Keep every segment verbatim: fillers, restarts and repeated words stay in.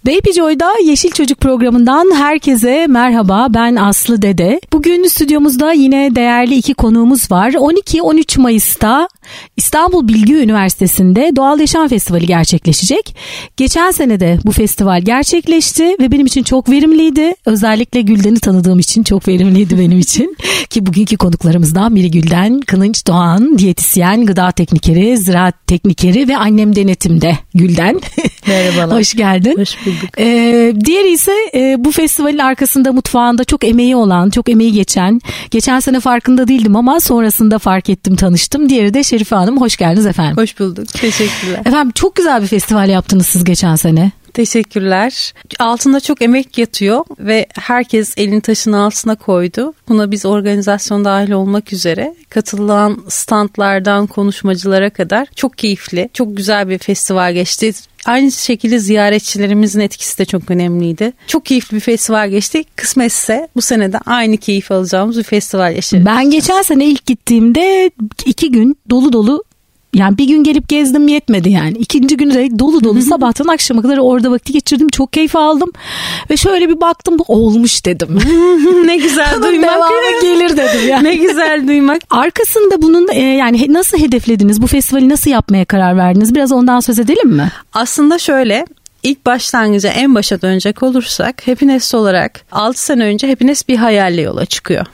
Baby Joy'da Yeşil Çocuk programından herkese merhaba, ben Aslı Dede. Bugün stüdyomuzda yine değerli iki konuğumuz var. on iki on üç Mayıs'ta İstanbul Bilgi Üniversitesi'nde Doğal Yaşam Festivali gerçekleşecek. Geçen sene de bu festival gerçekleşti ve benim için çok verimliydi. Özellikle Gülden'i tanıdığım için çok verimliydi benim için. Ki bugünkü konuklarımızdan biri Gülden Kınınç Doğan, diyetisyen, gıda teknikeri, ziraat teknikeri ve annem denetimde Gülden. Merhabalar. Hoş geldin. Hoş bulduk. Ee, diğeri ise e, bu festivalin arkasında mutfağında çok emeği olan, çok emeği geçen, geçen sene farkında değildim ama sonrasında fark ettim, tanıştım. Diğeri de Şerife Hanım. Hoş geldiniz efendim. Hoş bulduk. Teşekkürler. Efendim çok güzel bir festival yaptınız siz geçen sene. Teşekkürler. Altında çok emek yatıyor ve herkes elini taşın altına koydu. Buna biz organizasyon dahil olmak üzere katılan standlardan konuşmacılara kadar çok keyifli, çok güzel bir festival geçti. Aynı şekilde ziyaretçilerimizin etkisi de çok önemliydi. Çok keyifli bir festival geçti. Kısmetse bu sene de aynı keyif alacağımız bir festival yaşadık. Ben geçen sene ilk gittiğimde iki gün dolu dolu, yani bir gün gelip gezdim yetmedi yani. İkinci günü de dolu dolu sabahtan akşama kadar orada vakti geçirdim. Çok keyif aldım. Ve şöyle bir baktım, bu olmuş dedim. Ne güzel duymak. Devamı gelir dedim yani. Ne güzel duymak. Arkasında bunun e, yani nasıl hedeflediniz? Bu festivali nasıl yapmaya karar verdiniz? Biraz ondan söz edelim mi? Aslında şöyle... İlk başlangıca en başa dönecek olursak Happiness olarak altı sene önce Happiness bir hayalle yola çıkıyor.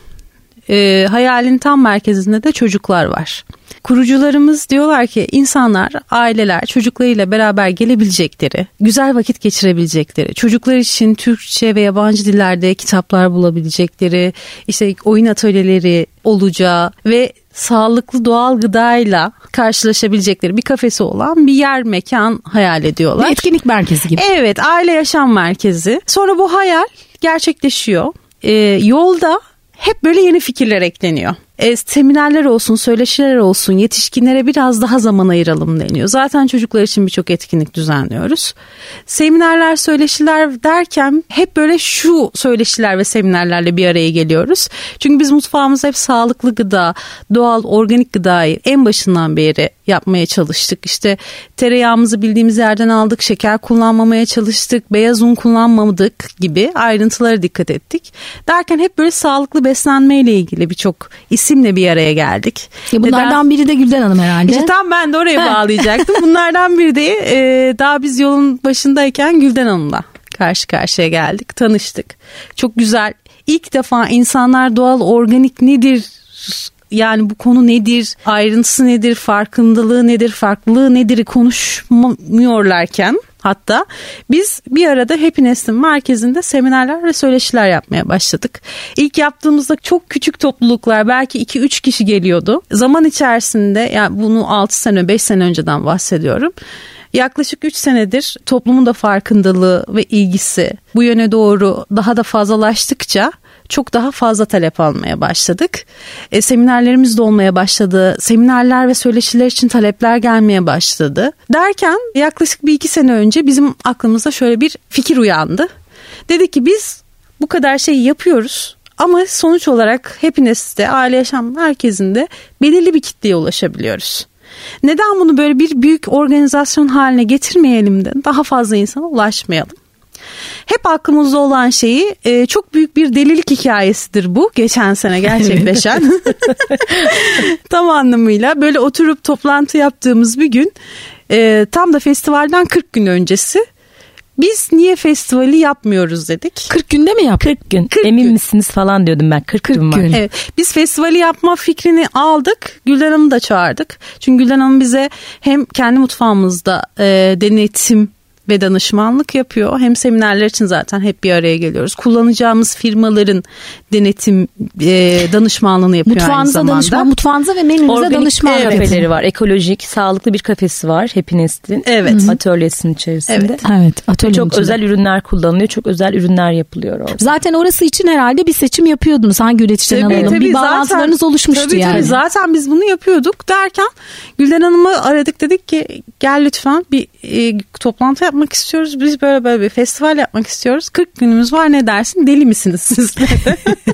Ee, hayalin tam merkezinde de çocuklar var. Kurucularımız diyorlar ki insanlar, aileler çocuklarıyla beraber gelebilecekleri, güzel vakit geçirebilecekleri, çocuklar için Türkçe ve yabancı dillerde kitaplar bulabilecekleri, işte oyun atölyeleri olacağı ve sağlıklı doğal gıdayla karşılaşabilecekleri bir kafesi olan bir yer, mekan hayal ediyorlar. Bir etkinlik merkezi gibi. Evet, aile yaşam merkezi. Sonra bu hayal gerçekleşiyor. Ee, yolda hep böyle yeni fikirler ekleniyor. E, seminerler olsun, söyleşiler olsun, yetişkinlere biraz daha zaman ayıralım deniyor. Zaten çocuklar için birçok etkinlik düzenliyoruz. Seminerler, söyleşiler derken hep böyle şu söyleşiler ve seminerlerle bir araya geliyoruz. Çünkü biz mutfağımızda hep sağlıklı gıda, doğal, organik gıdayı en başından beri yapmaya çalıştık. İşte tereyağımızı bildiğimiz yerden aldık, şeker kullanmamaya çalıştık, beyaz un kullanmadık gibi ayrıntılara dikkat ettik. Derken hep böyle sağlıklı beslenmeyle ilgili birçok isimle bir araya geldik. Ya bunlardan Neden? biri de Gülden Hanım herhalde. İşte tam ben de oraya bağlayacaktım. Bunlardan biri de e, daha biz yolun başındayken Gülden Hanım'la karşı karşıya geldik, tanıştık. Çok güzel. İlk defa insanlar doğal, organik nedir? Yani bu konu nedir, ayrıntısı nedir, farkındalığı nedir, farklılığı nedir konuşmuyorlarken hatta biz bir arada Happiness'in merkezinde seminerler ve söyleşiler yapmaya başladık. İlk yaptığımızda çok küçük topluluklar, belki iki üç kişi geliyordu. Zaman içerisinde, yani bunu altı sene beş sene önceden bahsediyorum. Yaklaşık üç senedir toplumun da farkındalığı ve ilgisi bu yöne doğru daha da fazlalaştıkça çok daha fazla talep almaya başladık. E, seminerlerimiz de olmaya başladı. Seminerler ve söyleşiler için talepler gelmeye başladı. Derken yaklaşık bir iki sene önce bizim aklımızda şöyle bir fikir uyandı. Dedik ki biz bu kadar şeyi yapıyoruz ama sonuç olarak Happiness'te, aile yaşam merkezinde belirli bir kitleye ulaşabiliyoruz. Neden bunu böyle bir büyük organizasyon haline getirmeyelim de daha fazla insana ulaşmayalım? Hep aklımızda olan şeyi, e, çok büyük bir delilik hikayesidir bu. Geçen sene gerçekleşen. Tam anlamıyla böyle oturup toplantı yaptığımız bir gün, e, tam da festivalden kırk gün öncesi, biz niye festivali yapmıyoruz dedik. kırk günde mi yaptık? kırk gün. kırk Emin gün. misiniz falan diyordum ben. kırk, kırk gün var. Evet. Biz festivali yapma fikrini aldık. Gülden Hanım'ı da çağırdık. Çünkü Gülden Hanım bize hem kendi mutfağımızda e, denetim ve danışmanlık yapıyor. Hem seminerler için zaten hep bir araya geliyoruz. Kullanacağımız firmaların denetim e, danışmanlığını yapıyor mutfağınıza aynı zamanda. Danışman, mutfağınıza ve menünüze Organik danışmanlık kafeleri yapıyor. var. Ekolojik, sağlıklı bir kafesi var Happiness'in. Evet. Atölyesinin içerisinde. Evet. Evet, atölyenin Çok içinde. özel ürünler kullanılıyor. Çok özel ürünler yapılıyor orada. Zaten orası için herhalde bir seçim yapıyordunuz. Hangi üreticiden Tabii, alalım? tabii, bir bağlantılarınız zaten, oluşmuştu tabii, yani. Tabii, zaten biz bunu yapıyorduk derken Gülden Hanım'ı aradık, dedik ki gel lütfen bir e, toplantı yapmak istiyoruz. Biz böyle böyle bir festival yapmak istiyoruz. kırk günümüz var, ne dersin, deli misiniz siz dedi.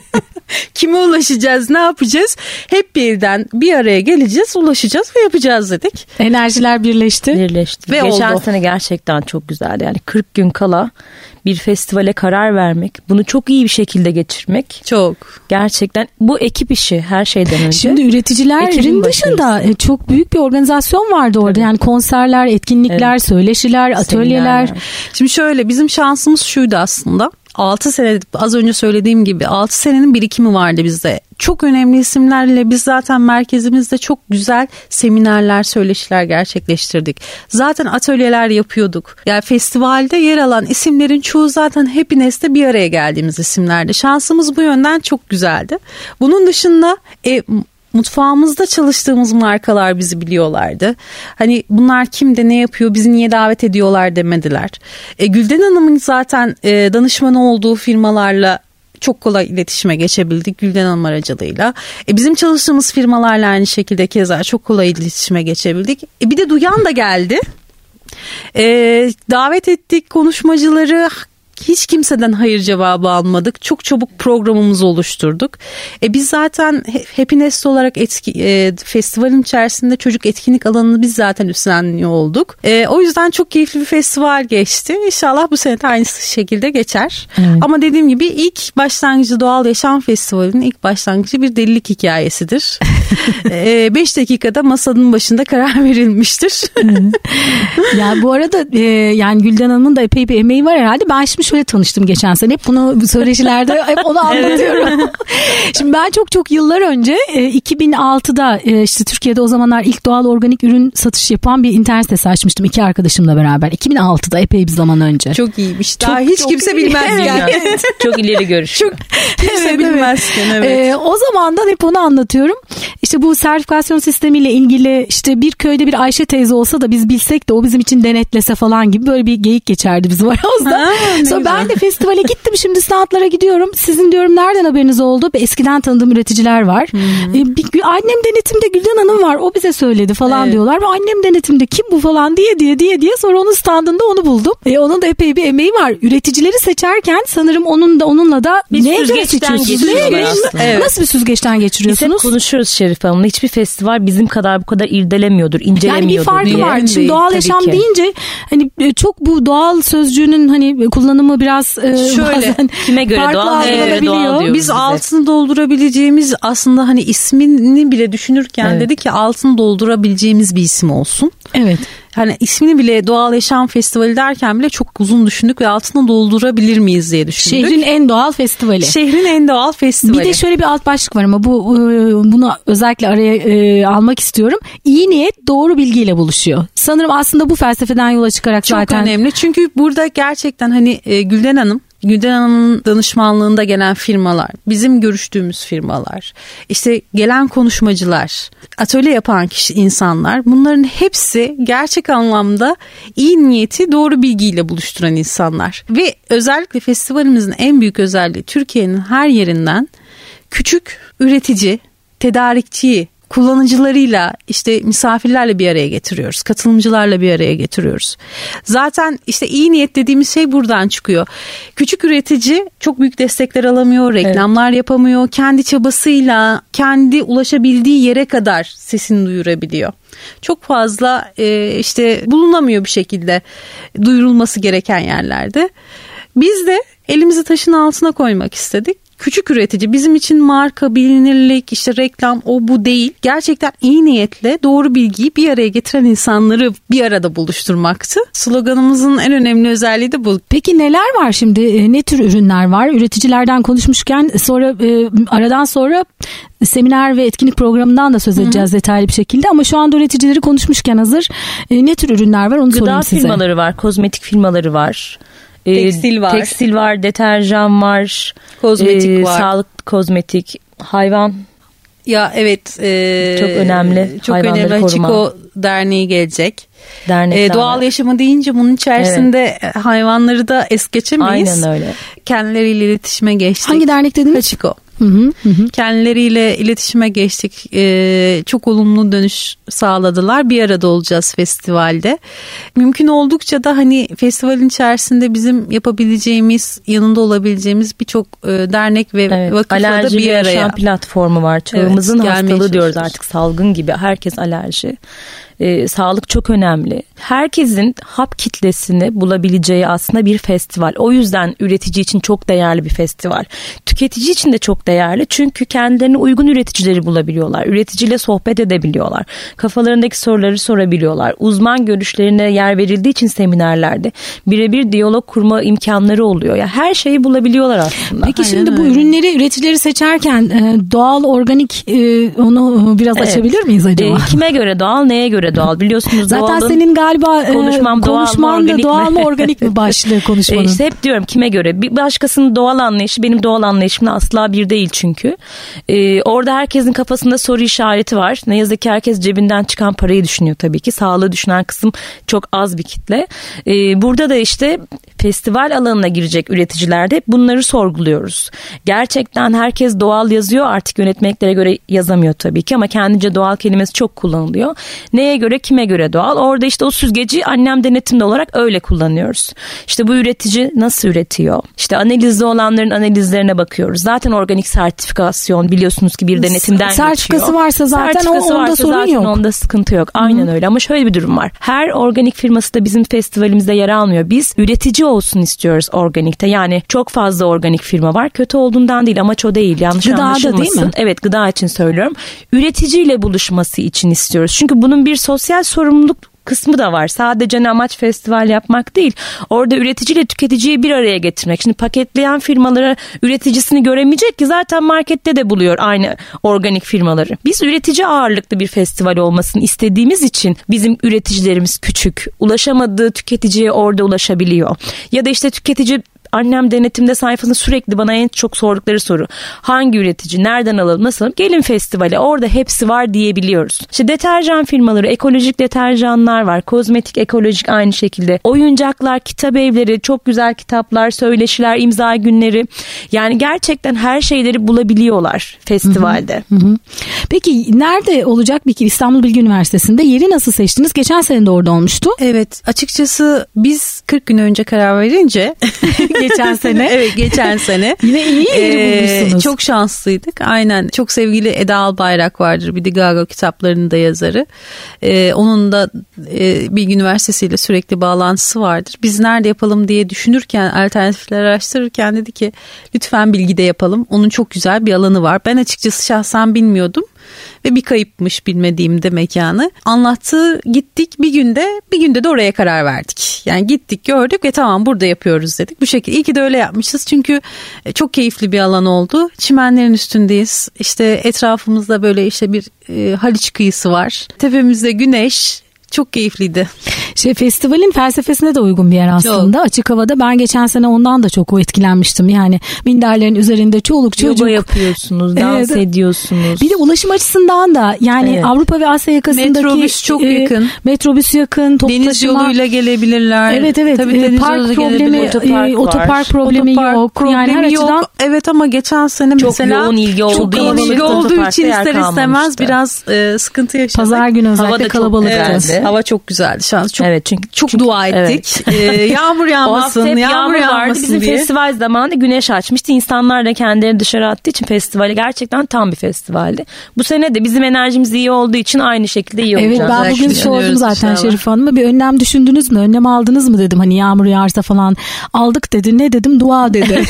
Kime ulaşacağız, ne yapacağız? Hep birden bir araya geleceğiz, ulaşacağız ve yapacağız dedik. Enerjiler birleşti. Birleşti. Ve Geçen oldu. sene gerçekten çok güzeldi. Yani kırk gün kala bir festivale karar vermek, bunu çok iyi bir şekilde geçirmek. Çok. Gerçekten bu ekip işi her şeyden önce. Şimdi üreticilerin dışında çok büyük bir organizasyon vardı orada. Evet. Yani konserler, etkinlikler, evet. söyleşiler, atölyeler. Seminerler. Şimdi şöyle, bizim şansımız şuydu aslında. altı sene, az önce söylediğim gibi altı senenin birikimi vardı bizde. Çok önemli isimlerle biz zaten merkezimizde çok güzel seminerler, söyleşiler gerçekleştirdik. Zaten atölyeler yapıyorduk. Yani festivalde yer alan isimlerin çoğu zaten Happiness'te bir araya geldiğimiz isimlerdi. Şansımız bu yönden çok güzeldi. Bunun dışında e, mutfağımızda çalıştığımız markalar bizi biliyorlardı. Hani bunlar kimde, ne yapıyor, bizi niye davet ediyorlar demediler. E, Gülden Hanım'ın zaten e, danışmanı olduğu firmalarla çok kolay iletişime geçebildik Gülden Hanım aracılığıyla. E, bizim çalıştığımız firmalarla aynı şekilde keza çok kolay iletişime geçebildik. E, bir de duyan da geldi. E, davet ettik konuşmacıları. Hiç kimseden hayır cevabı almadık. Çok çabuk programımızı oluşturduk. E biz zaten Happiness olarak etki, e, festivalin içerisinde çocuk etkinlik alanını biz zaten üstleniyor olduk. E, o yüzden çok keyifli bir festival geçti. İnşallah bu sene de aynı şekilde geçer. Evet. Ama dediğim gibi ilk başlangıcı Doğal Yaşam Festivali'nin ilk başlangıcı bir delilik hikayesidir. e, beş dakikada masanın başında karar verilmiştir. Ya bu arada e, yani Gülden Hanım'ın da epey bir emeği var herhalde. Ben şimdi şöyle tanıştım geçen sene. Hep bunu söyleşilerde hep onu anlatıyorum. Şimdi ben çok çok yıllar önce iki bin altıda işte Türkiye'de o zamanlar ilk doğal organik ürün satışı yapan bir internet sitesi açmıştım iki arkadaşımla beraber. iki bin altıda epey bir zaman önce. Çok iyiymiş. Daha çok, hiç çok kimse iyi. Bilmez evet. yani. Çok ileri görüş. Çok kimse evet, bilmezken evet. evet. Ee, o zamandan hep onu anlatıyorum. İşte bu sertifikasyon sistemiyle ilgili işte bir köyde bir Ayşe teyze olsa da biz bilsek de o bizim için denetlese falan gibi böyle bir geyik geçerdi bizim aramızda. Sonra ben de festivale gittim, şimdi standlara gidiyorum. Sizin diyorum nereden haberiniz oldu? Eskiden tanıdığım üreticiler var. Ee, bir, annem denetimde Gülden Hanım var, o bize söyledi falan evet. diyorlar. Ve annem denetimde kim bu falan diye diye diye diye sonra onun standında onu buldum. Ee, onun da epey bir emeği var. Üreticileri seçerken sanırım onun da onunla da bir neye göre seçiyorsunuz? Evet. Nasıl bir süzgeçten geçiriyorsunuz? Biz hep konuşuyoruz Şerif Hanım'la. Hiçbir festival bizim kadar bu kadar irdelemiyordur, incelemiyordur. Yani bir farkı diye. var. Şimdi doğal Tabii yaşam ki. deyince hani çok bu doğal sözcüğünün hani kullanımı biraz e, şöyle kime göre doğal, neye göre doğal diyoruz. Biz bize. altını doldurabileceğimiz aslında hani ismini bile düşünürken evet. dedi ki altını doldurabileceğimiz bir isim olsun. Evet. Hani ismini bile Doğal Yaşam Festivali derken bile çok uzun düşündük ve altını doldurabilir miyiz diye düşündük. Şehrin en doğal festivali. Şehrin en doğal festivali. Bir de şöyle bir alt başlık var ama bu bunu özellikle araya e, almak istiyorum. İyi niyet doğru bilgiyle buluşuyor. Sanırım aslında bu felsefeden yola çıkarak çok zaten. Çok önemli çünkü burada gerçekten hani e, Gülden Hanım Gülden Hanım'ın danışmanlığında gelen firmalar, bizim görüştüğümüz firmalar, işte gelen konuşmacılar, atölye yapan kişi, insanlar, bunların hepsi gerçek anlamda iyi niyeti doğru bilgiyle buluşturan insanlar. Ve özellikle festivalimizin en büyük özelliği Türkiye'nin her yerinden küçük üretici, tedarikçiyi, kullanıcılarıyla işte misafirlerle bir araya getiriyoruz. Katılımcılarla bir araya getiriyoruz. Zaten işte iyi niyet dediğimiz şey buradan çıkıyor. Küçük üretici çok büyük destekler alamıyor, reklamlar evet. yapamıyor. Kendi çabasıyla kendi ulaşabildiği yere kadar sesini duyurabiliyor. Çok fazla e, işte bulunamıyor bir şekilde duyurulması gereken yerlerde. Biz de elimizi taşın altına koymak istedik. Küçük üretici bizim için marka, bilinirlik, işte reklam o bu değil. Gerçekten iyi niyetle doğru bilgiyi bir araya getiren insanları bir arada buluşturmaktı. Sloganımızın en önemli özelliği de bu. Peki neler var şimdi? Ne tür ürünler var? Üreticilerden konuşmuşken sonra e, aradan sonra seminer ve etkinlik programından da söz edeceğiz Hı-hı. detaylı bir şekilde. Ama şu anda üreticileri konuşmuşken hazır e, ne tür ürünler var onu Gıda sorayım size. Gıda firmaları var, kozmetik firmaları var. Tekstil var. Tekstil var, deterjan var. Kozmetik e, var. Sağlık kozmetik, hayvan. Ya evet. E, çok önemli. Çok önemli. Hachiko Derneği gelecek. E, doğal yaşamı deyince bunun içerisinde evet. hayvanları da es geçemeyiz. Aynen öyle. Kendileriyle iletişime geçtik. Hangi dernek dediniz? Hachiko. Hı hı, hı. Kendileriyle iletişime geçtik. Ee, çok olumlu dönüş sağladılar. Bir arada olacağız festivalde. Mümkün oldukça da hani festivalin içerisinde bizim yapabileceğimiz, yanında olabileceğimiz birçok e, dernek ve evet, vakıfla da bir araya. Yaşam platformu var. Çağımızın evet, hastalığı diyoruz artık, salgın gibi. Herkes alerji. Ee, sağlık çok önemli. Herkesin hap kitlesini bulabileceği aslında bir festival. O yüzden üretici için çok değerli bir festival. Tüketici için de çok değerli. Çünkü kendilerine uygun üreticileri bulabiliyorlar. Üreticiyle sohbet edebiliyorlar. Kafalarındaki soruları sorabiliyorlar. Uzman görüşlerine yer verildiği için seminerlerde birebir diyalog kurma imkanları oluyor. Yani her şeyi bulabiliyorlar aslında. Peki Aynen şimdi öyle. Bu ürünleri, üreticileri seçerken doğal, organik, onu biraz evet. açabilir miyiz acaba? E, kime göre doğal, neye göre doğal, biliyorsunuz zaten doğalın, senin galiba konuşmam konuşman da doğal mı organik mi başlığı konuşmanın. E işte hep diyorum kime göre. Bir başkasının doğal anlayışı benim doğal anlayışımla asla bir değil çünkü. E, orada herkesin kafasında soru işareti var. Ne yazık ki herkes cebinden çıkan parayı düşünüyor tabii ki. Sağlığı düşünen kısım çok az bir kitle. E, burada da işte festival alanına girecek üreticilerde hep bunları sorguluyoruz. Gerçekten herkes doğal yazıyor, artık yönetmeliklere göre yazamıyor tabii ki ama kendince doğal kelimesi çok kullanılıyor. Neye göre, kime göre doğal? Orada işte o süzgeci annem denetimli olarak öyle kullanıyoruz. İşte bu üretici nasıl üretiyor? İşte analizli olanların analizlerine bakıyoruz. Zaten organik sertifikasyon biliyorsunuz ki bir denetimden sertifikası geçiyor. Varsa zaten sertifikası o, onda varsa sorun zaten yok. Onda sıkıntı yok. Aynen Hı-hı. öyle ama şöyle bir durum var. Her organik firması da bizim festivalimizde yer almıyor. Biz üretici olsun istiyoruz organikte. Yani çok fazla organik firma var. Kötü olduğundan değil, amaç o değil. Yanlış Gıdada anlaşılmasın. değil mi? Evet, gıda için söylüyorum. Üreticiyle buluşması için istiyoruz. Çünkü bunun bir sosyal sorumluluk kısmı da var. Sadece amaç festival yapmak değil. Orada üreticiyle tüketiciyi bir araya getirmek. Şimdi paketleyen firmalara üreticisini göremeyecek ki zaten markette de buluyor aynı organik firmaları. Biz üretici ağırlıklı bir festival olmasını istediğimiz için bizim üreticilerimiz küçük. Ulaşamadığı tüketiciye orada ulaşabiliyor. Ya da işte tüketici annem denetimde sayfasında sürekli bana en çok sordukları soru. Hangi üretici, nereden alalım, nasıl alalım? Gelin festivale, orada hepsi var diyebiliyoruz. İşte deterjan firmaları, ekolojik deterjanlar var. Kozmetik, ekolojik aynı şekilde. Oyuncaklar, kitap evleri, çok güzel kitaplar, söyleşiler, imza günleri. Yani gerçekten her şeyleri bulabiliyorlar festivalde. Hı hı. Peki nerede olacak? Bir kere İstanbul Bilgi Üniversitesi'nde. Yeri nasıl seçtiniz? Geçen sene de orada olmuştu. Evet, açıkçası biz kırk gün önce karar verince geçen sene. Evet, geçen sene. Yine iyi yeri ee, bulmuşsunuz. Çok şanslıydık. Aynen. Çok sevgili Eda Albayrak vardır. Bir de Gaga kitaplarının da yazarı. Ee, onun da e, Bilgi Üniversitesi ile sürekli bağlantısı vardır. Biz nerede yapalım diye düşünürken, alternatifler araştırırken dedi ki lütfen Bilgi'de yapalım. Onun çok güzel bir alanı var. Ben açıkçası şahsen bilmiyordum. Ve bir kayıpmış bilmediğimde mekanı. Anlattı, gittik bir günde, bir günde de oraya karar verdik. Yani gittik, gördük ve tamam burada yapıyoruz dedik. Bu şekilde. İyi ki de öyle yapmışız çünkü çok keyifli bir alan oldu. Çimenlerin üstündeyiz. İşte etrafımızda böyle işte bir e, Haliç kıyısı var. Tepemizde güneş. Çok keyifliydi. Şey, festivalin felsefesine de uygun bir yer aslında. Çok. Açık havada. Ben geçen sene ondan da çok etkilenmiştim. Yani minderlerin üzerinde çoluk çocuk. Yoga yapıyorsunuz, dans evet. ediyorsunuz. Bir de ulaşım açısından da yani evet. Avrupa ve Asya yakasındaki metrobüs çok e, yakın. Metrobüs yakın. Deniz taşıma. Yoluyla gelebilirler. Evet evet. Tabii e, park problemi, otopark, e, otopark problemi otopark yok. Problemi yani her yok. açıdan Evet ama geçen sene çok mesela yoğun ilgi olduğu, çok yoğun ilgi olduğu için ister istemez biraz e, sıkıntı yaşadık. Pazar günü özellikle kalabalıktı. Hava çok güzeldi. Şans çok evet, çünkü çok çünkü, dua ettik. Evet. Ee, yağmur yağmasın, yağmur, yağmur yağmasın Bizim diye. festival zamanında güneş açmıştı. İnsanlar da kendilerini dışarı attığı için festivali gerçekten tam bir festivaldi. Bu sene de bizim enerjimiz iyi olduğu için aynı şekilde iyi olacak. Evet, ben bugün sordum zaten inşallah. Şerif Hanım'a, bir önlem düşündünüz mü? Önlem aldınız mı dedim. Hani yağmur yağarsa falan. Aldık dedi. Ne dedim? Dua dedi.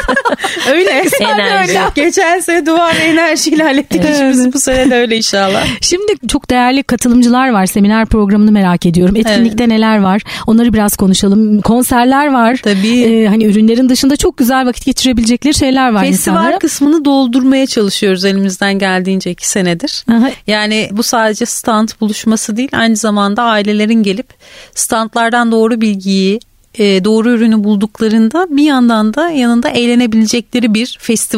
Öyle. Enerji. Geçen sene dua ve enerjiyle hallettik evet. işimizi. Bu sene de öyle inşallah. Şimdi çok değerli katılımcılar var. Seminer programını merak ediyorum. Etkinlikte evet. neler var? Onları biraz konuşalım. Konserler var. Tabii. Ee, hani ürünlerin dışında çok güzel vakit geçirebilecekleri şeyler var. Festival insanlara. Kısmını doldurmaya çalışıyoruz elimizden geldiğince iki senedir. Aha. Yani bu sadece stand buluşması değil, aynı zamanda ailelerin gelip standlardan doğru bilgiyi, doğru ürünü bulduklarında bir yandan da yanında eğlenebilecekleri bir festival.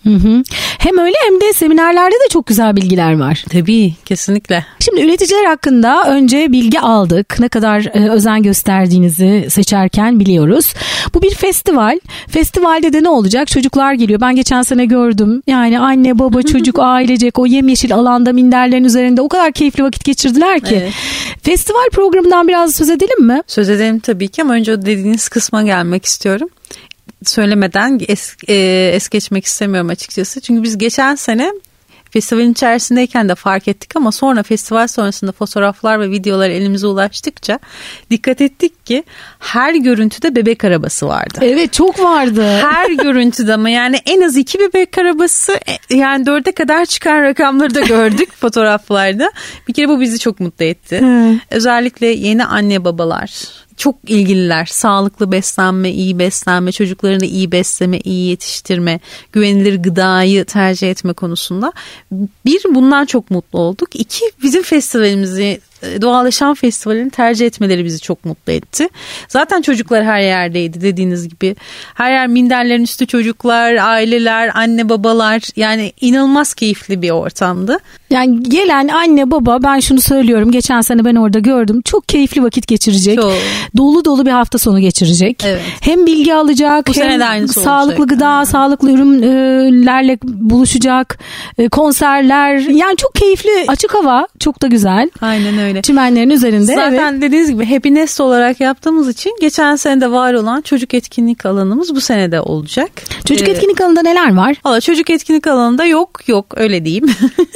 Hı hı. Hem öyle hem de seminerlerde de çok güzel bilgiler var. Tabii, kesinlikle. Şimdi üreticiler hakkında önce bilgi aldık. Ne kadar e, özen gösterdiğinizi seçerken biliyoruz. Bu bir festival. Festivalde de ne olacak? Çocuklar geliyor. Ben geçen sene gördüm. Yani anne, baba, çocuk, ailecek o yemyeşil alanda minderlerin üzerinde o kadar keyifli vakit geçirdiler ki. Evet. Festival programından biraz söz edelim mi? Söz edelim tabii ki ama önce o dediğiniz kısma gelmek istiyorum. Söylemeden es, e, es geçmek istemiyorum açıkçası. Çünkü biz geçen sene festivalin içerisindeyken de fark ettik ama sonra festival sonrasında fotoğraflar ve videolar elimize ulaştıkça dikkat ettik ki her görüntüde bebek arabası vardı. Evet, çok vardı. Her görüntüde ama yani en az iki bebek arabası, yani dörde kadar çıkan rakamları da gördük fotoğraflarda. Bir kere bu bizi çok mutlu etti. Hmm. Özellikle yeni anne babalar çok ilgililer. Sağlıklı beslenme, iyi beslenme, çocuklarını iyi besleme, iyi yetiştirme, güvenilir gıdayı tercih etme konusunda. Bir, bundan çok mutlu olduk. İki, bizim festivalimizi, Doğal Yaşam Festivali'ni tercih etmeleri bizi çok mutlu etti. Zaten çocuklar her yerdeydi dediğiniz gibi. Her yer minderlerin üstü çocuklar, aileler, anne babalar. Yani inanılmaz keyifli bir ortamdı. Yani gelen anne baba, ben şunu söylüyorum. Geçen sene ben orada gördüm. Çok keyifli vakit geçirecek. Çok. Dolu dolu bir hafta sonu geçirecek. Evet. Hem bilgi alacak, bu hem sağlıklı olacak. Gıda, yani. Sağlıklı ürünlerle buluşacak. Konserler. Yani çok keyifli, açık hava. Çok da güzel. Aynen öyle. Çimenlerin üzerinde. Zaten evet. Dediğiniz gibi Happy Nest olarak yaptığımız için geçen sene de var olan çocuk etkinlik alanımız bu sene de olacak. Çocuk ee, etkinlik alanında neler var? Valla çocuk etkinlik alanında yok yok öyle diyeyim.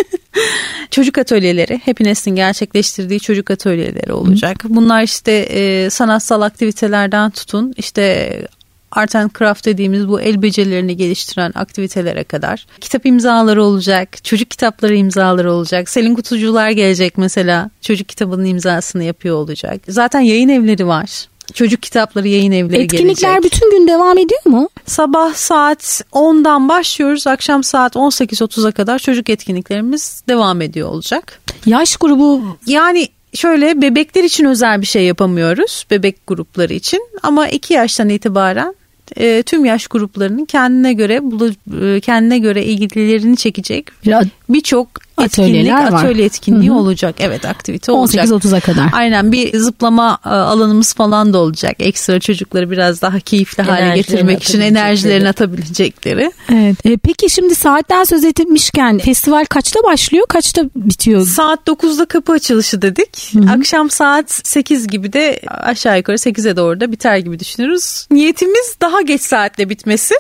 Çocuk atölyeleri, Happy Nest'in gerçekleştirdiği çocuk atölyeleri olacak. Bunlar işte e, sanatsal aktivitelerden tutun işte Art and Craft dediğimiz bu el becerilerini geliştiren aktivitelere kadar. Kitap imzaları olacak, çocuk kitapları imzaları olacak. Selin Kutucular gelecek mesela, çocuk kitabının imzasını yapıyor olacak. Zaten yayın evleri var. Çocuk kitapları yayın evleri Etkinlikler gelecek. Etkinlikler bütün gün devam ediyor mu? Sabah saat ondan başlıyoruz. Akşam saat on sekiz otuza kadar çocuk etkinliklerimiz devam ediyor olacak. Yaş grubu? Yani şöyle, bebekler için özel bir şey yapamıyoruz. Bebek grupları için. Ama iki yaştan itibaren e, tüm yaş gruplarının kendine göre kendine göre ilgilerini çekecek birçok etkinlik, atölye etkinliği Hı-hı. olacak. Evet, aktivite olacak. on sekiz otuza kadar. Aynen, bir zıplama alanımız falan da olacak. Ekstra çocukları biraz daha keyifli hale getirmek için enerjilerini atabilecekleri. Evet. E, peki şimdi saatten söz etmişken festival kaçta başlıyor, kaçta bitiyor? Saat dokuzda kapı açılışı dedik. Hı-hı. Akşam saat sekiz gibi de aşağı yukarı sekize doğru da biter gibi düşünüyoruz. Niyetimiz daha geç saatte bitmesi.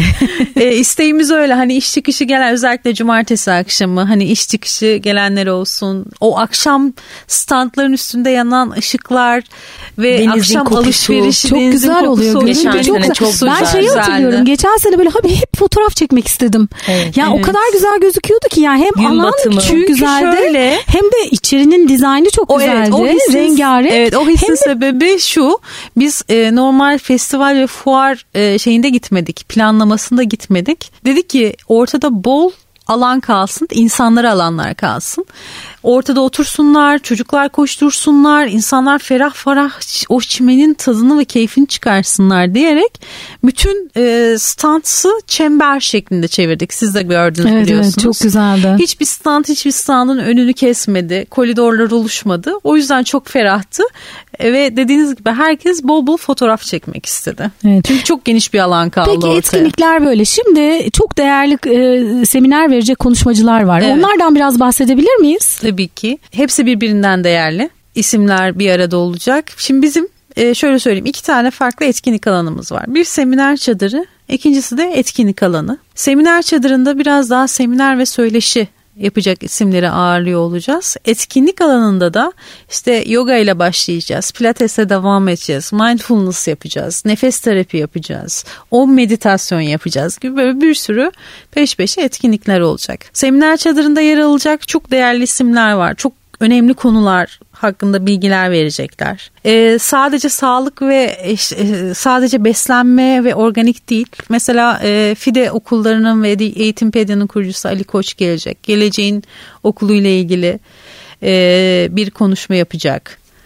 e, isteğimiz öyle, hani iş çıkışı gelen, özellikle cumartesi akşamı hani iş çıkışı gelenler olsun, o akşam standların üstünde yanan ışıklar ve denizin akşam kokusu, alışverişi çok güzel oluyor. Geçen sene çok güzel. Çok güzel. Ben şeyi hatırlıyorum, geçen sene böyle abi hep fotoğraf çekmek istedim. Evet, yani evet. O kadar güzel gözüküyordu ki, yani hem gün alan batımı. Çok güzeldi şöyle, hem de içerinin dizaynı çok o güzeldi. Evet, o hissin, rengarenk. Evet, o hissin de... sebebi şu: biz e, normal festival ve fuar e, şeyinde gitmedik, planlamasında gitmedik. Dedik ki ortada bol alan kalsın, insanlara alanlar kalsın. Ortada otursunlar, çocuklar koştursunlar, insanlar ferah ferah o çimenin tadını ve keyfini çıkarsınlar diyerek bütün e, standsı çember şeklinde çevirdik. Siz de gördünüz, evet, biliyorsunuz. Evet, çok güzeldi. Hiçbir stand hiçbir standın önünü kesmedi. Koridorlar oluşmadı. O yüzden çok ferahtı. Ve dediğiniz gibi herkes bol bol fotoğraf çekmek istedi. Evet. Çünkü çok geniş bir alan kaldı. Peki ortaya. Etkinlikler böyle. Şimdi çok değerli e, seminer verecek konuşmacılar var. Evet. Onlardan biraz bahsedebilir miyiz? Tabii ki. Hepsi birbirinden değerli. İsimler bir arada olacak. Şimdi bizim e, şöyle söyleyeyim, iki tane farklı etkinlik alanımız var. Bir seminer çadırı, ikincisi de etkinlik alanı. Seminer çadırında biraz daha seminer ve söyleşi yapacak isimleri ağırlıyor olacağız. Etkinlik alanında da işte yoga ile başlayacağız. Pilates'e devam edeceğiz. Mindfulness yapacağız. Nefes terapi yapacağız. Om meditasyon yapacağız gibi böyle bir sürü peş peşe etkinlikler olacak. Seminer çadırında yer alacak çok değerli isimler var. Çok önemli konular hakkında bilgiler verecekler. Ee, sadece sağlık ve e, sadece beslenme ve organik değil. Mesela e, FİDE okullarının ve Eğitimpedia'nın kurucusu Ali Koç gelecek. Geleceğin okuluyla ilgili e, bir konuşma yapacak.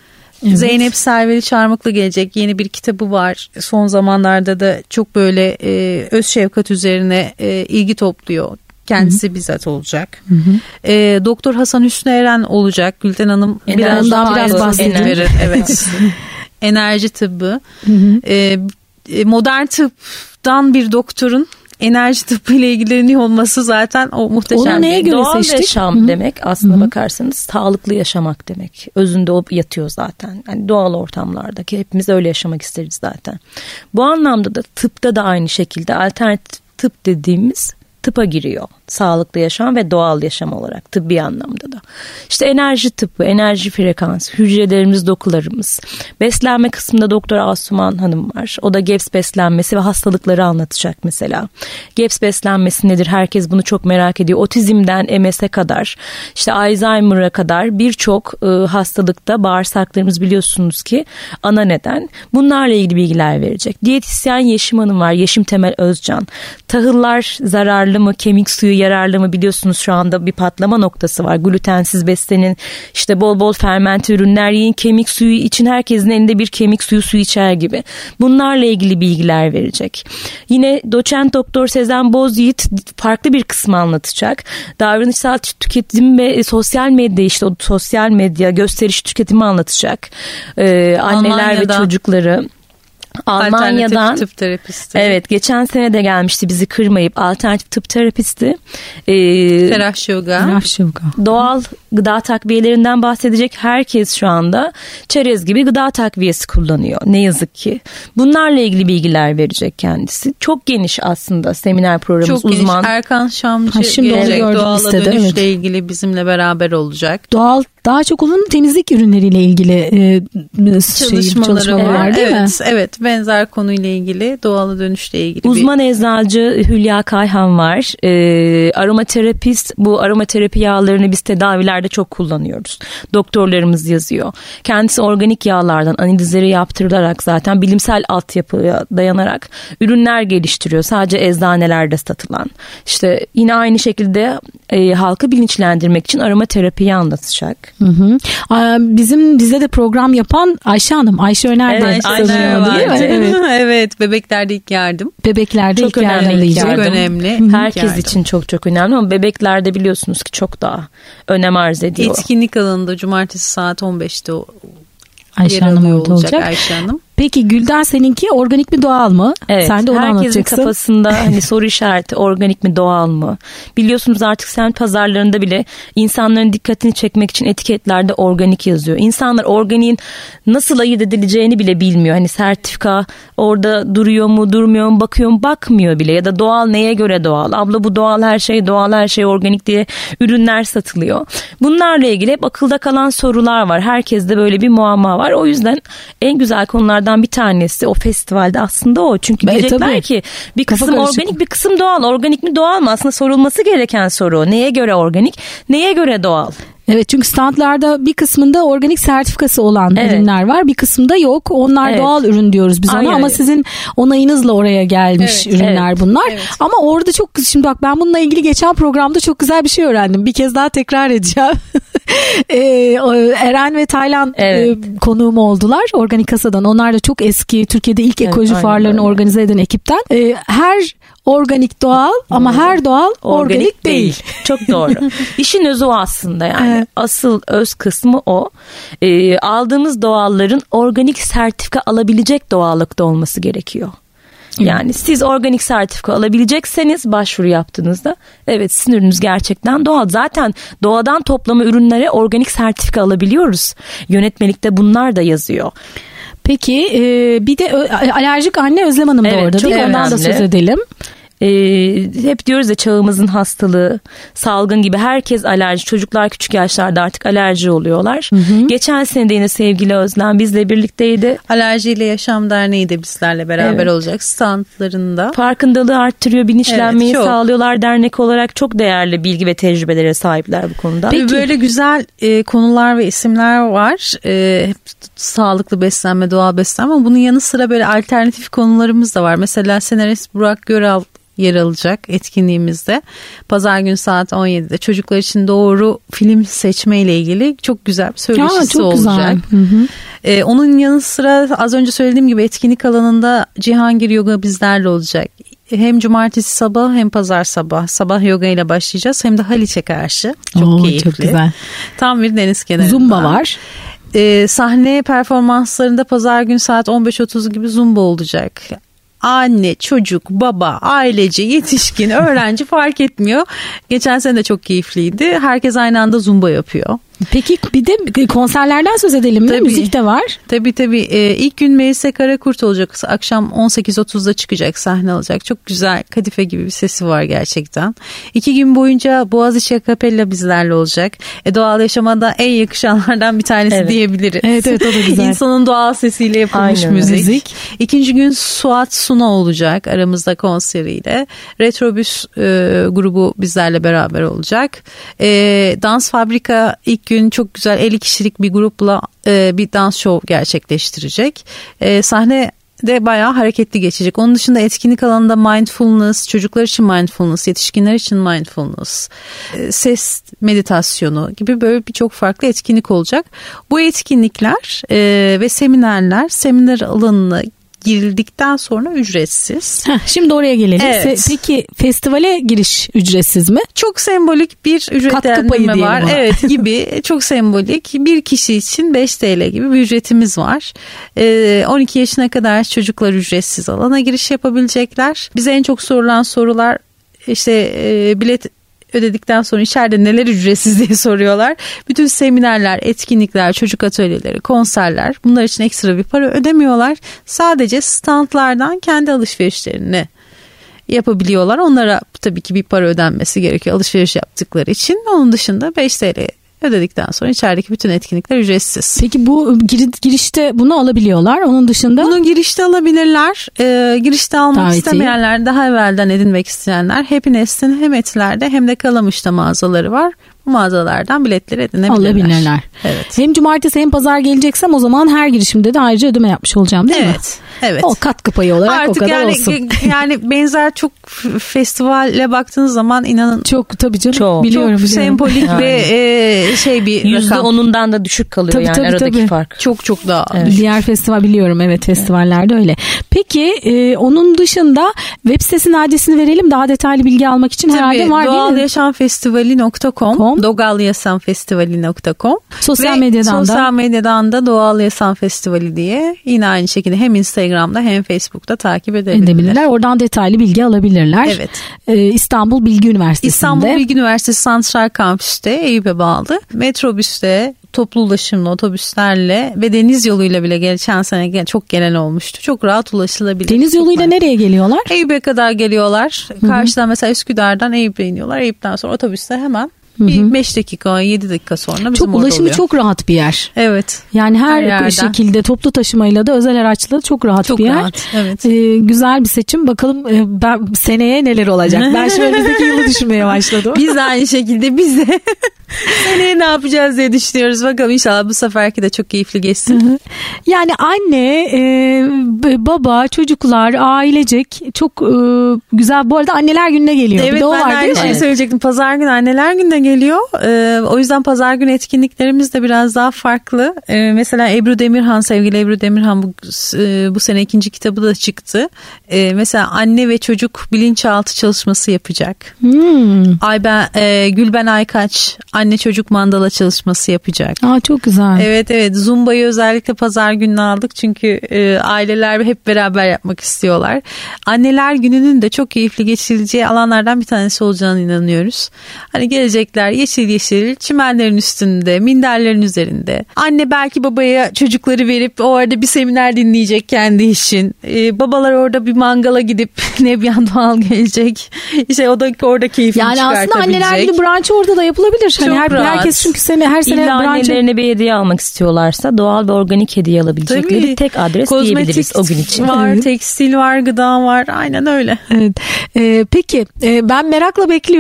Evet. Zeynep Serveri Çarmıklı gelecek. Yeni bir kitabı var. Son zamanlarda da çok böyle e, öz şefkat üzerine e, ilgi topluyor. Kendisi Hı-hı. bizzat olacak. E, Doktor Hasan Hüsnü Eren olacak. Gülten Hanım Enerji, biraz daha biraz bahsedelim. Evet. Enerji tıbbı. E, modern tıptan bir doktorun enerji tıbbı ile ilgileniyor olması zaten o muhteşem. Onu neye göre doğal seçtik? Yaşam Hı-hı. demek aslında Hı-hı. bakarsanız sağlıklı yaşamak demek. Özünde o yatıyor zaten. Yani doğal ortamlardaki hepimiz öyle yaşamak isteriz zaten. Bu anlamda da tıpta da aynı şekilde alternatif tıp dediğimiz tıpa giriyor. Sağlıklı yaşam ve doğal yaşam olarak tıbbi anlamda da. İşte enerji tıbbı, enerji frekansı, hücrelerimiz, dokularımız. Beslenme kısmında Doktor Asuman Hanım var. O da G E P S beslenmesi ve hastalıkları anlatacak mesela. G E P S beslenmesi nedir? Herkes bunu çok merak ediyor. Otizmden M S'e kadar, işte Alzheimer'a kadar birçok e, hastalıkta bağırsaklarımız biliyorsunuz ki ana neden. Bunlarla ilgili bilgiler verecek. Diyetisyen Yeşim Hanım var. Yeşim Temel Özcan. Tahıllar zararlı mı? Kemik suyu yararlı mı? Biliyorsunuz şu anda bir patlama noktası var. Glutensiz beslenin, işte bol bol fermente ürünler yiyin, kemik suyu için herkesin elinde bir kemik suyu su içer gibi. Bunlarla ilgili bilgiler verecek. Yine doçent doktor Sezen Bozyiğit farklı bir kısmı anlatacak. Davranışsal tüketim ve sosyal medya, işte o sosyal medya gösteriş tüketimi anlatacak. Ee, anneler ve çocukları. Almanya'dan alternatif tıp terapisti. Evet, geçen sene de gelmişti, bizi kırmayıp alternatif tıp terapisti. Ee, Ferah Şevga. Doğal gıda takviyelerinden bahsedecek. Herkes şu anda çerez gibi gıda takviyesi kullanıyor. Ne yazık ki. Bunlarla ilgili bilgiler verecek kendisi. Çok geniş aslında seminer programımız. Çok uzman. geniş. Erkan Şamcı gelecek, doğala dönüşle evet. ilgili bizimle beraber olacak. Doğal daha çok onun temizlik ürünleriyle ilgili e, çalışmaları, şey, çalışmaları var, var değil evet, mi? Evet, benzer konuyla ilgili, doğala dönüşle ilgili. Uzman bir... eczacı Hülya Kayhan var. E, aromaterapist, bu aromaterapi yağlarını biz tedavilerde çok kullanıyoruz. Doktorlarımız yazıyor. Kendisi organik yağlardan analizleri yaptırılarak zaten bilimsel altyapıya dayanarak ürünler geliştiriyor. Sadece eczanelerde satılan. İşte yine aynı şekilde e, halkı bilinçlendirmek için aromaterapiyi anlatacak. Hı hı. Bizim bizde de program yapan Ayşe Hanım, Ayşe Öner de evet, Ayşe var. Evet. evet, bebeklerde ilk yardım. Bebeklerde çok ilk önemli, yardım. ilk yardım. Çok önemli. Herkes yardım. için çok çok önemli ama bebeklerde biliyorsunuz ki çok daha önem arz ediyor. Etkinlik alanında cumartesi saat on beşte Ayşe Hanım orada olacak. Ayşe Hanım. Peki Gülden, seninki organik mi doğal mı? Evet, sen de onu herkesin anlatacaksın. kafasında hani soru işareti, organik mi doğal mı? Biliyorsunuz artık semt pazarlarında bile insanların dikkatini çekmek için etiketlerde organik yazıyor. İnsanlar organiğin nasıl ayırt edileceğini bile bilmiyor. Hani sertifika orada duruyor mu, durmuyor mu, bakıyor mu, bakmıyor bile. Ya da doğal neye göre doğal? Abla bu doğal, her şey doğal, her şey organik diye ürünler satılıyor. Bunlarla ilgili hep akılda kalan sorular var. Herkeste böyle bir muamma var. O yüzden en güzel konular bir tanesi o festivalde aslında o. Çünkü diyecekler ki bir kısım Kafa organik karışık. Bir kısım doğal. Organik mi doğal mı? Aslında sorulması gereken soru. Neye göre organik? Neye göre doğal? Evet, çünkü standlarda bir kısmında organik sertifikası olan evet. ürünler var. Bir kısmında yok. Onlar evet. doğal ürün diyoruz biz ona. Aynen. Ama sizin onayınızla oraya gelmiş evet. ürünler evet. bunlar. Evet. Ama orada çok, şimdi bak ben bununla ilgili geçen programda çok güzel bir şey öğrendim. Bir kez daha tekrar edeceğim. Eren ve Taylan evet. konuğum oldular organik kasadan. Onlar da çok eski, Türkiye'de ilk evet, ekoloji fuarlarını organize eden ekipten. Her organik doğal ama hmm. her doğal organik, organik değil. değil. Çok doğru. İşin özü o aslında yani. Evet. Asıl öz kısmı o. Ee, aldığımız doğalların organik sertifika alabilecek doğallıkta olması gerekiyor. Yani evet. siz organik sertifika alabilecekseniz başvuru yaptığınızda evet, sizin ürününüz gerçekten doğal. Zaten doğadan toplama ürünlere organik sertifika alabiliyoruz. Yönetmelikte bunlar da yazıyor. Peki e, bir de alerjik anne Özlem Hanım evet, da orada değil mi? Ondan da söz edelim. Ee, hep diyoruz ya, çağımızın hastalığı, salgın gibi, herkes alerji. Çocuklar küçük yaşlarda artık alerji oluyorlar. Hı hı. Geçen sene de yine sevgili Özlem bizle birlikteydi. Alerjiyle Yaşam Derneği de bizlerle beraber evet. olacak standlarında. Farkındalığı arttırıyor, bilinçlenmeyi evet, sağlıyorlar. Dernek olarak çok değerli bilgi ve tecrübelere sahipler bu konuda. Peki. Böyle güzel e, konular ve isimler var. E, hep sağlıklı beslenme, doğal beslenme. Bunun yanı sıra böyle alternatif konularımız da var. Mesela senarist Burak Göral yer alacak etkinliğimizde. Pazar günü saat on yedide çocuklar için doğru film seçme ile ilgili çok güzel bir söyleşisi Aa, olacak. Hı hı. Ee, onun yanı sıra az önce söylediğim gibi etkinlik alanında Cihangir Yoga bizlerle olacak. Hem cumartesi sabah hem pazar sabah. Sabah yoga ile başlayacağız. Hem de Haliç'e karşı. Çok Oo, keyifli. Çok güzel. Tam bir deniz kenarında. Zumba var. Ee, sahne performanslarında pazar günü saat on beş otuz gibi zumba olacak. Anne, çocuk, baba, ailece, yetişkin, öğrenci fark etmiyor. Geçen sene de çok keyifliydi. Herkes aynı anda zumba yapıyor. Peki bir de konserlerden söz edelim mi? Tabii. Müzik de var. Tabii tabii. Ee, ilk gün Melisa Karakurt olacak. Akşam on sekiz otuzda çıkacak, sahne alacak. Çok güzel, kadife gibi bir sesi var gerçekten. İki gün boyunca Boğaziçi Akapella bizlerle olacak. E, doğal yaşamada en yakışanlardan bir tanesi evet. diyebiliriz. Evet evet, o da güzel. İnsanın doğal sesiyle yapılmış Aynen. müzik. müzik. İkinci gün Suat Suna olacak aramızda konseriyle. Retrobüs e, grubu bizlerle beraber olacak. E, Dans Fabrika ilk gün çok güzel elli kişilik bir grupla e, bir dans şov gerçekleştirecek. E, sahne de bayağı hareketli geçecek. Onun dışında etkinlik alanında mindfulness, çocuklar için mindfulness, yetişkinler için mindfulness, e, ses meditasyonu gibi böyle birçok farklı etkinlik olacak. Bu etkinlikler e, ve seminerler seminer alanına girildikten sonra ücretsiz. Heh, şimdi oraya gelelim. Evet. Peki festivale giriş ücretsiz mi? Çok sembolik bir ücretlendirme var. Evet gibi çok sembolik. Bir kişi için beş TL gibi bir ücretimiz var. Ee, on iki yaşına kadar çocuklar ücretsiz alana giriş yapabilecekler. Bize en çok sorulan sorular işte e, bilet ödedikten sonra içeride neler ücretsiz diye soruyorlar. Bütün seminerler, etkinlikler, çocuk atölyeleri, konserler, bunlar için ekstra bir para ödemiyorlar. Sadece standlardan kendi alışverişlerini yapabiliyorlar. Onlara tabii ki bir para ödenmesi gerekiyor alışveriş yaptıkları için. Onun dışında beş TL ödedikten sonra içerideki bütün etkinlikler ücretsiz. Peki bu gir- girişte bunu alabiliyorlar. Onun dışında? Bunu girişte alabilirler. Ee, girişte almak Davetiye. istemeyenler, daha evvelden edinmek isteyenler Happiness'in hem Etiler'de hem de Kalamış'ta mağazaları var. Bu mağazalardan biletleri edinebilirler. Alabilirler. Evet. Hem cumartesi hem pazar geleceksem o zaman her girişimde de ayrıca ödeme yapmış olacağım değil evet, mi? Evet. O katkı payı olarak Artık o kadar yani, olsun. yani benzer çok festivalle baktığınız zaman inanın çok tabii canım çok, biliyorum. Çok biliyorum. sembolik yani. ve e, şey bir Yüzde rakam. onundan da düşük kalıyor Tabii, yani tabii, aradaki tabii. fark. Çok çok daha. Evet. Diğer festival biliyorum evet festivallerde öyle. Peki e, onun dışında web sitesinin adresini verelim daha detaylı bilgi almak için Tabii, herhalde var değil mi? doğal yaşam festivali nokta com doğal yaşam festivali nokta com Sosyal ve medyadan da. Sosyal medyadan da Doğal Yaşam Festivali diye yine aynı şekilde hem Instagram'da hem Facebook'ta takip edebilirler. edebilirler. Oradan detaylı bilgi alabilirler. Evet. Ee, İstanbul Bilgi Üniversitesi'nde. İstanbul Bilgi Üniversitesi Santral Kampüs'te Eyüp'e bağlı. Metrobüste, toplu ulaşımlı otobüslerle ve deniz yoluyla bile geçen sene çok genel olmuştu. Çok rahat ulaşılabilir. Deniz yoluyla nereye geliyorlar? Eyüp'e kadar geliyorlar. Karşıdan mesela Üsküdar'dan Eyüp'e iniyorlar. Eyüp'ten sonra otobüste hemen bir beş dakika yedi dakika sonra bizim çok orada ulaşımı oluyor. çok rahat bir yer. Evet. Yani her, Her şekilde toplu taşımayla da özel araçla da çok rahat çok bir yer. Rahat, evet. Ee, güzel bir seçim. Bakalım e, ben, seneye neler olacak? Ben şu önümüzdeki yılı düşünmeye başladım. Biz de aynı şekilde biz de seneye ne yapacağız diye düşünüyoruz. Bakalım inşallah bu seferki de çok keyifli geçsin. Yani anne, e, baba, çocuklar, ailecek çok e, güzel. Bu arada anneler gününe geliyor. Evet, bir de o ben var, aynı değil şeyi mi? söyleyecektim. Pazar günü anneler gününe geliyor. Ee, o yüzden pazar günü etkinliklerimiz de biraz daha farklı. Ee, mesela Ebru Demirhan, sevgili Ebru Demirhan bu, e, bu sene ikinci kitabı da çıktı. Ee, mesela anne ve çocuk bilinçaltı çalışması yapacak. Hmm. Ayben, e, Gülben Aykaç anne çocuk mandala çalışması yapacak. Aa, çok güzel. Evet evet, Zumba'yı özellikle pazar gününe aldık çünkü e, aileler hep beraber yapmak istiyorlar. Anneler gününün de çok keyifli geçirileceği alanlardan bir tanesi olacağını inanıyoruz. Hani gelecekler yeşil yeşil çimenlerin üstünde, minderlerin üzerinde. Anne belki babaya çocukları verip o arada bir seminer dinleyecek kendi için. Ee, babalar orada bir mangala gidip Nebyan Doğal gelecek. İşte o da orada keyfini yani çıkartabilecek. aslında anneler günü brunch'ı orada da yapılabilir. Hani her, herkes çünkü sene her sene İlla brunch'ı... annelerine bir hediye almak istiyorlarsa doğal ve organik hediye alabilecekleri Tabii. tek adres Kozmetik diyebiliriz o gün için. var, Evet. tekstil var, gıda var. Aynen öyle. Evet. Ee, peki e, ben merakla bekliyorum.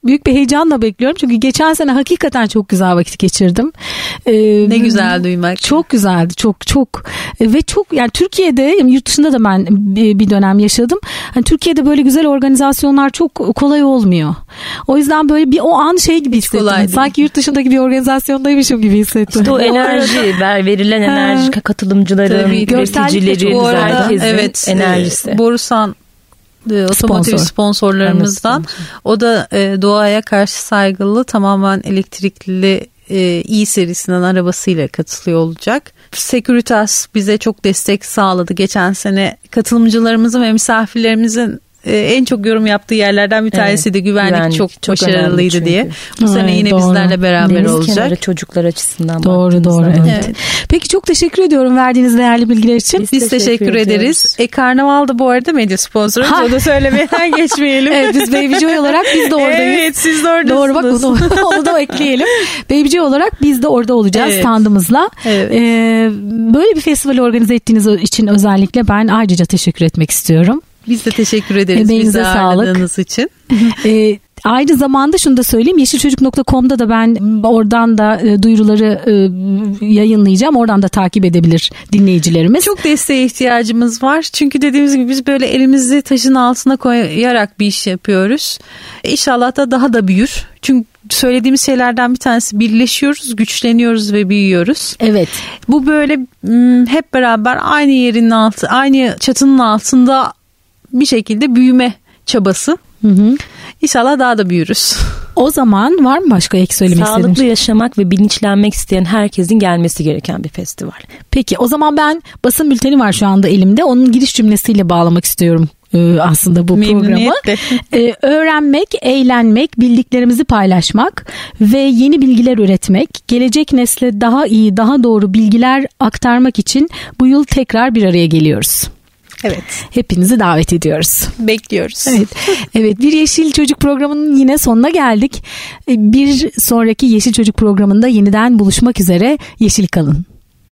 büyük bir heyecanla bekliyorum. Çünkü geçen sene hakikaten çok güzel vakit geçirdim. Ee, ne güzel duymak. Çok güzeldi. Çok çok. Ve çok yani Türkiye'de, yurt dışında da ben bir dönem yaşadım. Hani Türkiye'de böyle güzel organizasyonlar çok kolay olmuyor. O yüzden böyle bir o an şey gibi hissettim. Sanki yurt dışındaki bir organizasyondaymışım gibi hissettim. İşte o enerji, verilen enerji, katılımcıların, üreticilerin, herkesin evet, enerjisi. Borusan otomotiv Sponsor. sponsorlarımızdan. O da e, doğaya karşı saygılı, tamamen elektrikli e, i serisinden arabasıyla katılıyor olacak. Securitas bize çok destek sağladı. Geçen sene katılımcılarımızın ve misafirlerimizin en çok yorum yaptığı yerlerden bir tanesi de evet, güvenlik, güvenlik çok, çok başarılıydı diye. Bu evet, sene yine doğru. bizlerle beraber Deniz olacak. Kenarı çocuklar açısından. Doğru doğru. Evet. Evet. Peki çok teşekkür ediyorum verdiğiniz değerli bilgiler için. Biz, biz teşekkür, teşekkür ederiz. E, Karnaval'da bu arada medya sponsorumuz. Onu da söylemeden geçmeyelim. Evet, biz Baby Joy olarak biz de oradayız. Evet, siz de oradasınız. Doğru, bak onu, onu da ekleyelim. Baby Joy olarak biz de orada olacağız evet. standımızla. Evet. Ee, böyle bir festival organize ettiğiniz için özellikle ben ayrıca teşekkür etmek istiyorum. Biz de teşekkür ederiz bizi ağırladığınız için. e, aynı zamanda şunu da söyleyeyim. yeşil çocuk nokta com'da da ben oradan da e, duyuruları e, yayınlayacağım. Oradan da takip edebilir dinleyicilerimiz. Çok desteğe ihtiyacımız var. Çünkü dediğimiz gibi biz böyle elimizi taşın altına koyarak bir iş yapıyoruz. İnşallah da daha da büyür. Çünkü söylediğimiz şeylerden bir tanesi birleşiyoruz, güçleniyoruz ve büyüyoruz. Evet. Bu böyle hep beraber aynı yerin altı, aynı çatının altında bir şekilde büyüme çabası. Hı hı. İnşallah daha da büyürüz. O zaman var mı başka ek söylemek istediğiniz? Sağlıklı yaşamak ve bilinçlenmek isteyen herkesin gelmesi gereken bir festival. Peki o zaman ben basın bülteni var şu anda elimde. Onun giriş cümlesiyle bağlamak istiyorum aslında bu programı. Ee, öğrenmek, eğlenmek, bildiklerimizi paylaşmak ve yeni bilgiler üretmek, gelecek nesle daha iyi, daha doğru bilgiler aktarmak için bu yıl tekrar bir araya geliyoruz. Evet. Hepinizi davet ediyoruz. Bekliyoruz. Evet. Evet, bir Yeşil Çocuk programının yine sonuna geldik. Bir sonraki Yeşil Çocuk programında yeniden buluşmak üzere. Yeşil kalın.